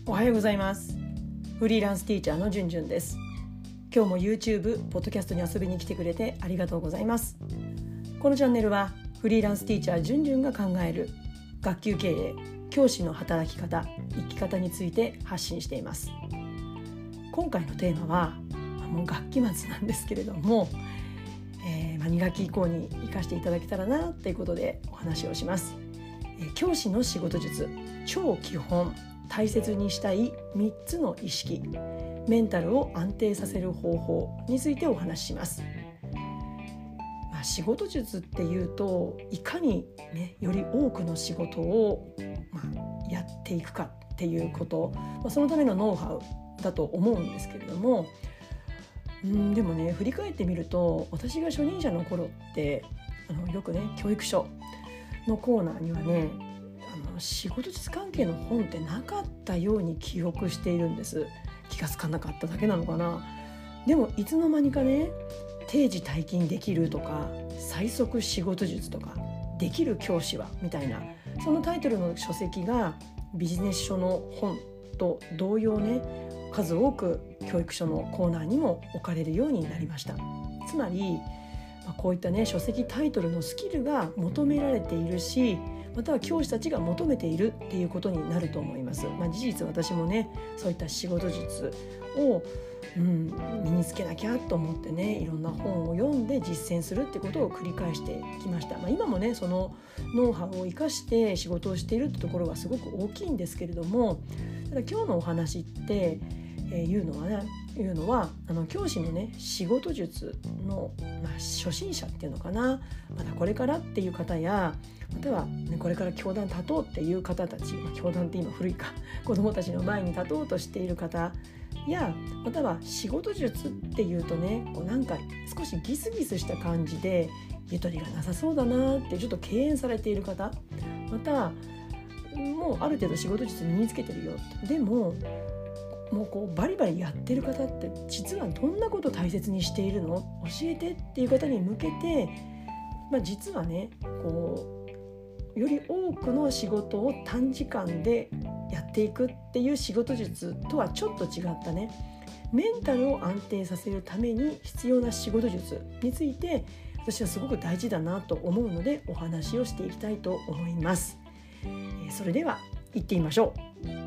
おはようございます。フリーランスティーチャーのじゅんじゅんです。今日も YouTube、ポッドキャストに遊びに来てくれてありがとうございます。このチャンネルはフリーランスティーチャーじゅんじゅんが考える学級経営、教師の働き方、生き方について発信しています。今回のテーマはもう学期末なんですけれども、2学期以降に生かしていただけたらなということでお話をします。教師の仕事術、超基本大切にしたい3つの意識、メンタルを安定させる方法についてお話しします。仕事術っていうといかに、より多くの仕事を、やっていくかっていうこと、そのためのノウハウだと思うんですけれども、でもね、振り返ってみると私が初任者の頃ってよくね、教育書のコーナーにはね、仕事術関係の本ってなかったように記憶しているんです。気がつかなかっただけなのかな。でもいつの間にかね、定時退勤できるとか最速仕事術とかできる教師はみたいな、そのタイトルの書籍がビジネス書の本と同様ね、数多く教育書のコーナーにも置かれるようになりました。つまりこういったね、書籍タイトルのスキルが求められているし、または教師たちが求めているっていうことになると思います。事実私もね、そういった仕事術を、身につけなきゃと思ってね、いろんな本を読んで実践するってことを繰り返してきました。今もね、そのノウハウを生かして仕事をしているってところがすごく大きいんですけれども、ただ今日のお話っていうのは教師のね、仕事術の、初心者っていうのかな、まだこれからっていう方や、または、これから教壇立とうっていう方たち、教壇って今古いか、子どもたちの前に立とうとしている方や、または仕事術っていうとね、なんか少しギスギスした感じでゆとりがなさそうだなってちょっと敬遠されている方、またもうある程度仕事術身につけてるよ、でももうバリバリやってる方って実はどんなことを大切にしているの？教えてっていう方に向けて、実はね、より多くの仕事を短時間でやっていくっていう仕事術とはちょっと違ったね、メンタルを安定させるために必要な仕事術について、私はすごく大事だなと思うのでお話をしていきたいと思います。それでは行ってみましょう。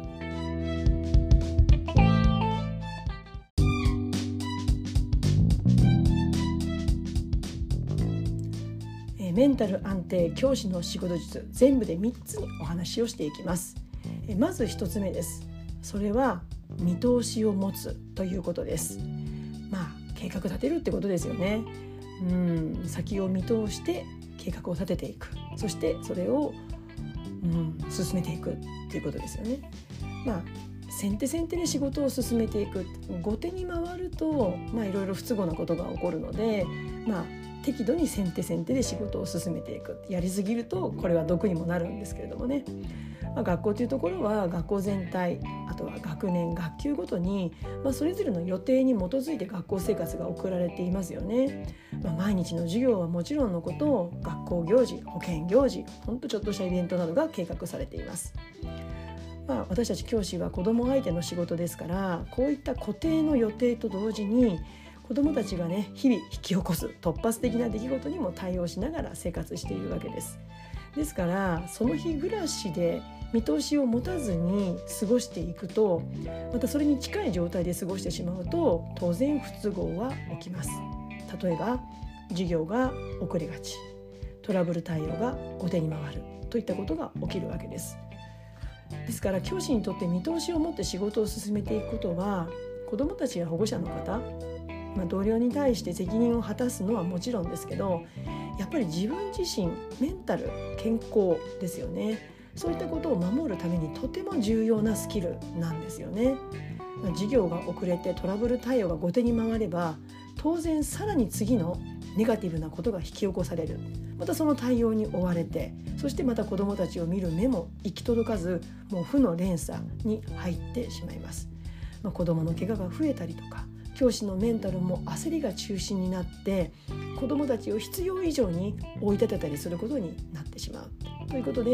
メンタル安定、教師の仕事術、全部で3つにお話をしていきます。まず1つ目です。それは見通しを持つということです。計画立てるってことですよね。先を見通して計画を立てていく、そしてそれを、進めていくっていうことですよね。先手で仕事を進めていく、後手に回るといろいろ不都合なことが起こるので、適度に先手で仕事を進めていく。やりすぎるとこれは毒にもなるんですけれどもね、学校というところは学校全体、あとは学年学級ごとに、それぞれの予定に基づいて学校生活が送られていますよね。毎日の授業はもちろんのこと、学校行事、保健行事、ほんとちょっとしたイベントなどが計画されています。私たち教師は子ども相手の仕事ですから、こういった固定の予定と同時に子どもたちがね、日々引き起こす突発的な出来事にも対応しながら生活しているわけです。ですからその日暮らしで見通しを持たずに過ごしていくと、またそれに近い状態で過ごしてしまうと当然不都合は起きます。例えば授業が遅れがち、トラブル対応が後手に回るといったことが起きるわけです。ですから教師にとって見通しを持って仕事を進めていくことは、子どもたちや保護者の方、同僚に対して責任を果たすのはもちろんですけど、やっぱり自分自身、メンタル、健康ですよね。そういったことを守るためにとても重要なスキルなんですよね。授業が遅れてトラブル対応が後手に回れば、当然さらに次のネガティブなことが引き起こされる。またその対応に追われて、そしてまた子どもたちを見る目も行き届かず、もう負の連鎖に入ってしまいます。子どもの怪我が増えたりとか、教師のメンタルも焦りが中心になって子どもたちを必要以上に追い立てたりすることになってしまうということで、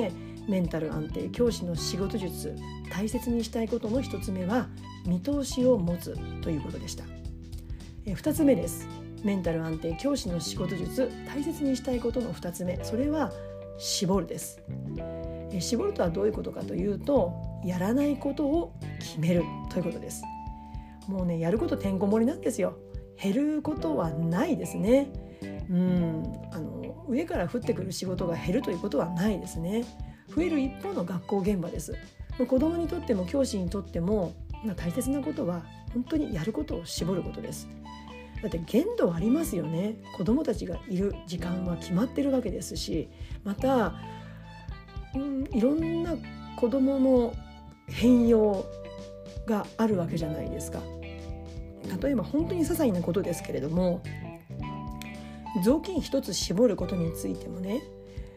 メンタル安定教師の仕事術、大切にしたいことの1つ目は見通しを持つということでした。2つ目です。メンタル安定教師の仕事術、大切にしたいことの2つ目、それは絞るです。絞るとはどういうことかというと、やらないことを決めるということです。もうね、やることてんこ盛りなんですよ。減ることはないですね。上から降ってくる仕事が減るということはないですね。増える一方の学校現場です。子どもにとっても教師にとっても、大切なことは本当にやることを絞ることです。だって限度ありますよね。子どもたちがいる時間は決まってるわけですし、また、いろんな子どもの変容があるわけじゃないですか。例えば本当に些細なことですけれども、雑巾一つ絞ることについてもね、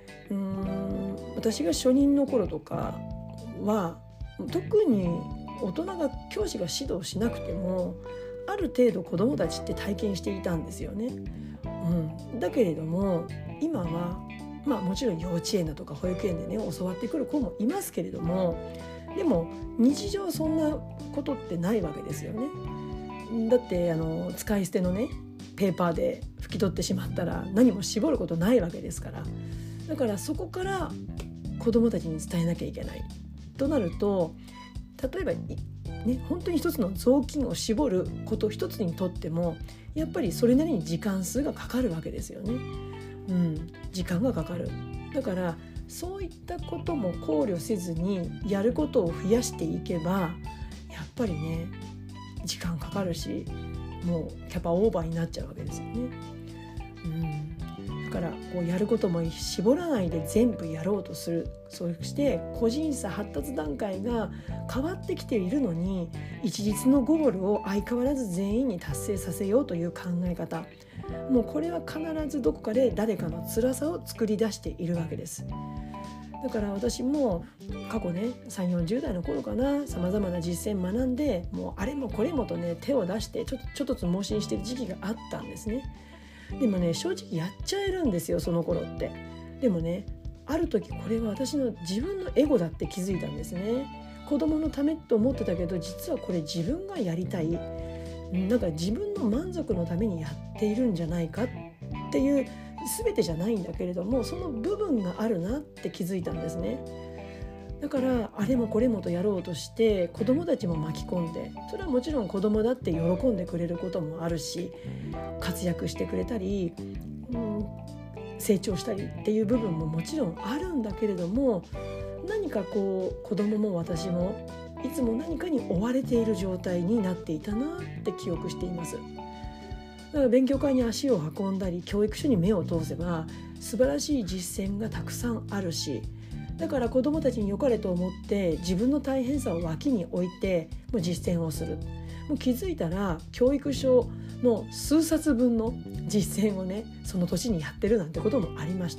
私が初任の頃とかは特に大人が教師が指導しなくてもある程度子どもたちって体験していたんですよね。だけれども今はもちろん幼稚園だとか保育園でね教わってくる子もいますけれども、でも日常そんなことってないわけですよね。だって使い捨てのねペーパーで拭き取ってしまったら何も絞ることないわけですから、だからそこから子どもたちに伝えなきゃいけないとなると、例えば本当に一つの雑巾を絞ること一つにとってもやっぱりそれなりに時間数がかかるわけですよね。時間がかかる。だからそういったことも考慮せずにやることを増やしていけばやっぱりね時間かかるし、もうキャパオーバーになっちゃうわけですよね。だからやることも絞らないで全部やろうとする。そして個人差発達段階が変わってきているのに一律のゴールを相変わらず全員に達成させようという考え方、もうこれは必ずどこかで誰かの辛さを作り出しているわけです。だから私も過去ね3、40代の頃かな、さまざまな実践学んで、もうあれもこれもとね手を出してちょっとつ盲信してる時期があったんですね。でもね正直やっちゃえるんですよ、その頃って。でもねある時これは私の自分のエゴだって気づいたんですね。子供のためと思ってたけど実はこれ自分がやりたい、なんか自分の満足のためにやっているんじゃないかっていう、全てじゃないんだけれどもその部分があるなって気づいたんですね。だからあれもこれもとやろうとして子供たちも巻き込んで、それはもちろん子供だって喜んでくれることもあるし、活躍してくれたり、成長したりっていう部分ももちろんあるんだけれども、何か子供も私もいつも何かに追われている状態になっていたなって記憶しています。だから勉強会に足を運んだり教育書に目を通せば素晴らしい実践がたくさんあるし、だから子どもたちに良かれと思って自分の大変さを脇に置いてもう実践をする。もう気づいたら教育書の数冊分の実践をねその年にやってるなんてこともありました。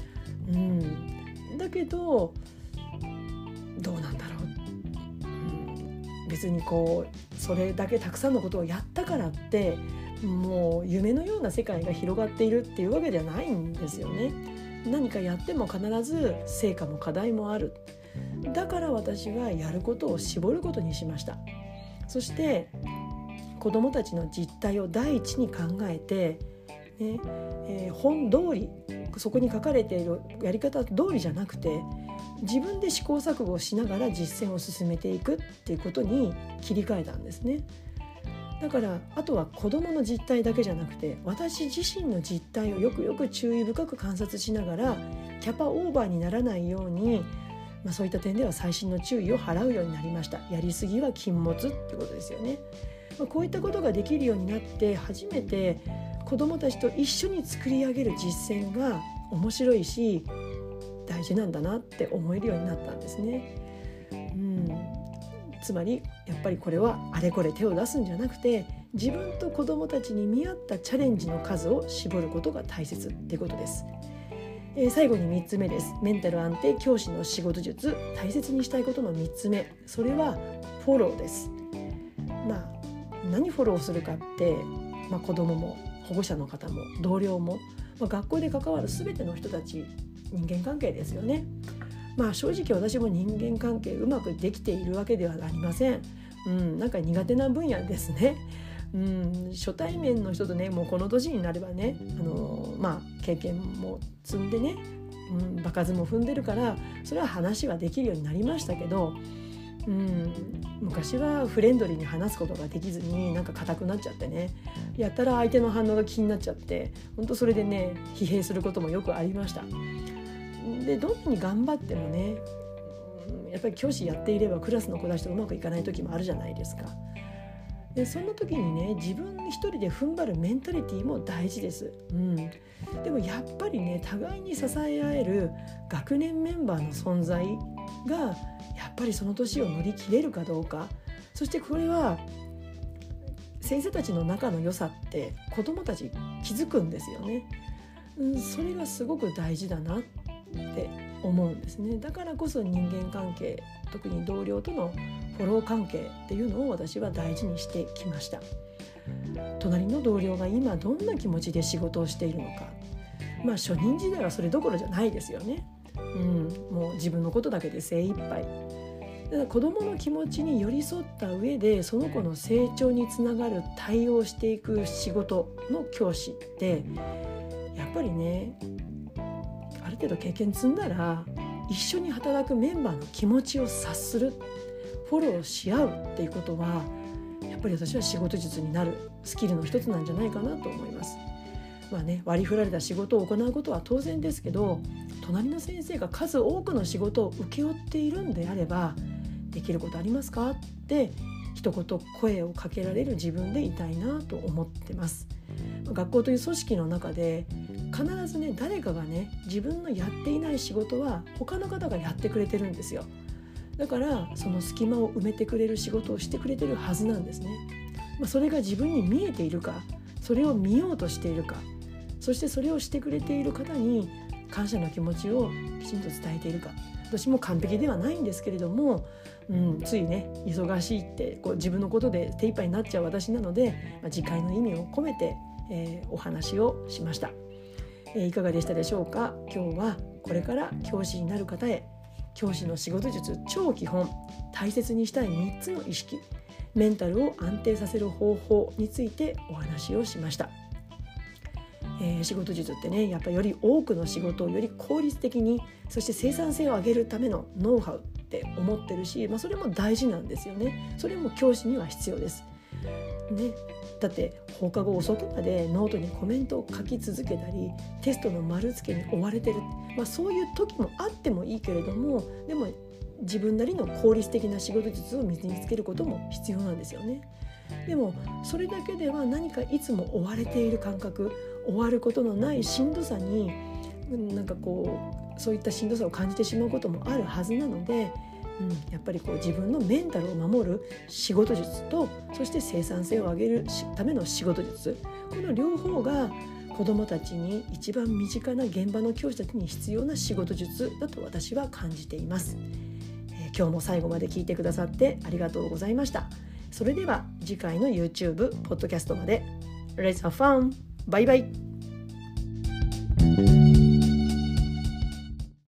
だけどどうなんだろう、別にそれだけたくさんのことをやったからってもう夢のような世界が広がっているっていうわけではないんですよね。何かやっても必ず成果も課題もある。だから私はやることを絞ることにしました。そして子どもたちの実態を第一に考えて、本通りそこに書かれているやり方通りじゃなくて自分で試行錯誤しながら実践を進めていくっていうことに切り替えたんですね。だからあとは子どもの実態だけじゃなくて私自身の実態をよくよく注意深く観察しながらキャパオーバーにならないように、そういった点では細心の注意を払うようになりました。やりすぎは禁物ってことですよね。こういったことができるようになって初めて子どもたちと一緒に作り上げる実践が面白いし大事なんだなって思えるようになったんですね。つまりやっぱりこれはあれこれ手を出すんじゃなくて自分と子どもたちに見合ったチャレンジの数を絞ることが大切っていうことです。最後に3つ目です。メンタル安定教師の仕事術、大切にしたいことの3つ目、それはフォローです。何フォローするかって、子どもも保護者の方も同僚も、学校で関わる全ての人たち、人間関係ですよね。 正直私も人間関係うまくできているわけではありません。なんか苦手な分野ですね。初対面の人とね、もうこの年になればね、経験も積んでね、場数も踏んでるから、それは話はできるようになりましたけど、昔はフレンドリーに話すことができずに、なんか硬くなっちゃってね、やったら相手の反応が気になっちゃって、本当それでね疲弊することもよくありました。でどんなに頑張ってもね、やっぱり教師やっていればクラスの子たちとうまくいかない時もあるじゃないですか。でそんな時にね、自分一人で踏ん張るメンタリティも大事です。でもやっぱりね、互いに支え合える学年メンバーの存在がやっぱりその年を乗り切れるかどうか。そしてこれは先生たちの仲の良さって子どもたち気づくんですよね。それがすごく大事だなって思うんですね。だからこそ人間関係、特に同僚とのフォロー関係っていうのを私は大事にしてきました。隣の同僚が今どんな気持ちで仕事をしているのか。初任時代はそれどころじゃないですよね。もう自分のことだけで精一杯。だから子どもの気持ちに寄り添った上で、その子の成長につながる対応していく仕事の教師ってやっぱりね、ある程度経験積んだら一緒に働くメンバーの気持ちを察する、フォローし合うっていうことは、やっぱり私は仕事術になるスキルの一つなんじゃないかなと思います。割り振られた仕事を行うことは当然ですけど、隣の先生が数多くの仕事を請け負っているんであれば、できることありますかって一言声をかけられる自分でいたいなと思ってます。学校という組織の中で必ずね、誰かがね、自分のやっていない仕事は他の方がやってくれてるんですよ。だからその隙間を埋めてくれる仕事をしてくれてるはずなんですね。それが自分に見えているか、それを見ようとしているか、そしてそれをしてくれている方に感謝の気持ちをきちんと伝えているか。私も完璧ではないんですけれども、ついね、忙しいって自分のことで手一杯になっちゃう私なので、次回の意味を込めて、お話をしました。いかがでしたでしょうか。今日はこれから教師になる方へ、教師の仕事術超基本、大切にしたい3つの意識、メンタルを安定させる方法についてお話をしました。仕事術ってね、やっぱりより多くの仕事をより効率的に、そして生産性を上げるためのノウハウって思ってるし、それも大事なんですよね。それも教師には必要ですね。だって放課後遅くまでノートにコメントを書き続けたり、テストの丸付けに追われてる、そういう時もあってもいいけれども、でも自分なりの効率的な仕事術を身につけることも必要なんですよね。でもそれだけでは何かいつも追われている感覚、終わることのないしんどさにそういったしんどさを感じてしまうこともあるはずなので、やっぱり自分のメンタルを守る仕事術と、そして生産性を上げるための仕事術、この両方が子どもたちに一番身近な現場の教師たちに必要な仕事術だと私は感じています。今日も最後まで聞いてくださってありがとうございました。それでは次回の YouTube、ポッドキャストまで。Let's have fun! バイバイ。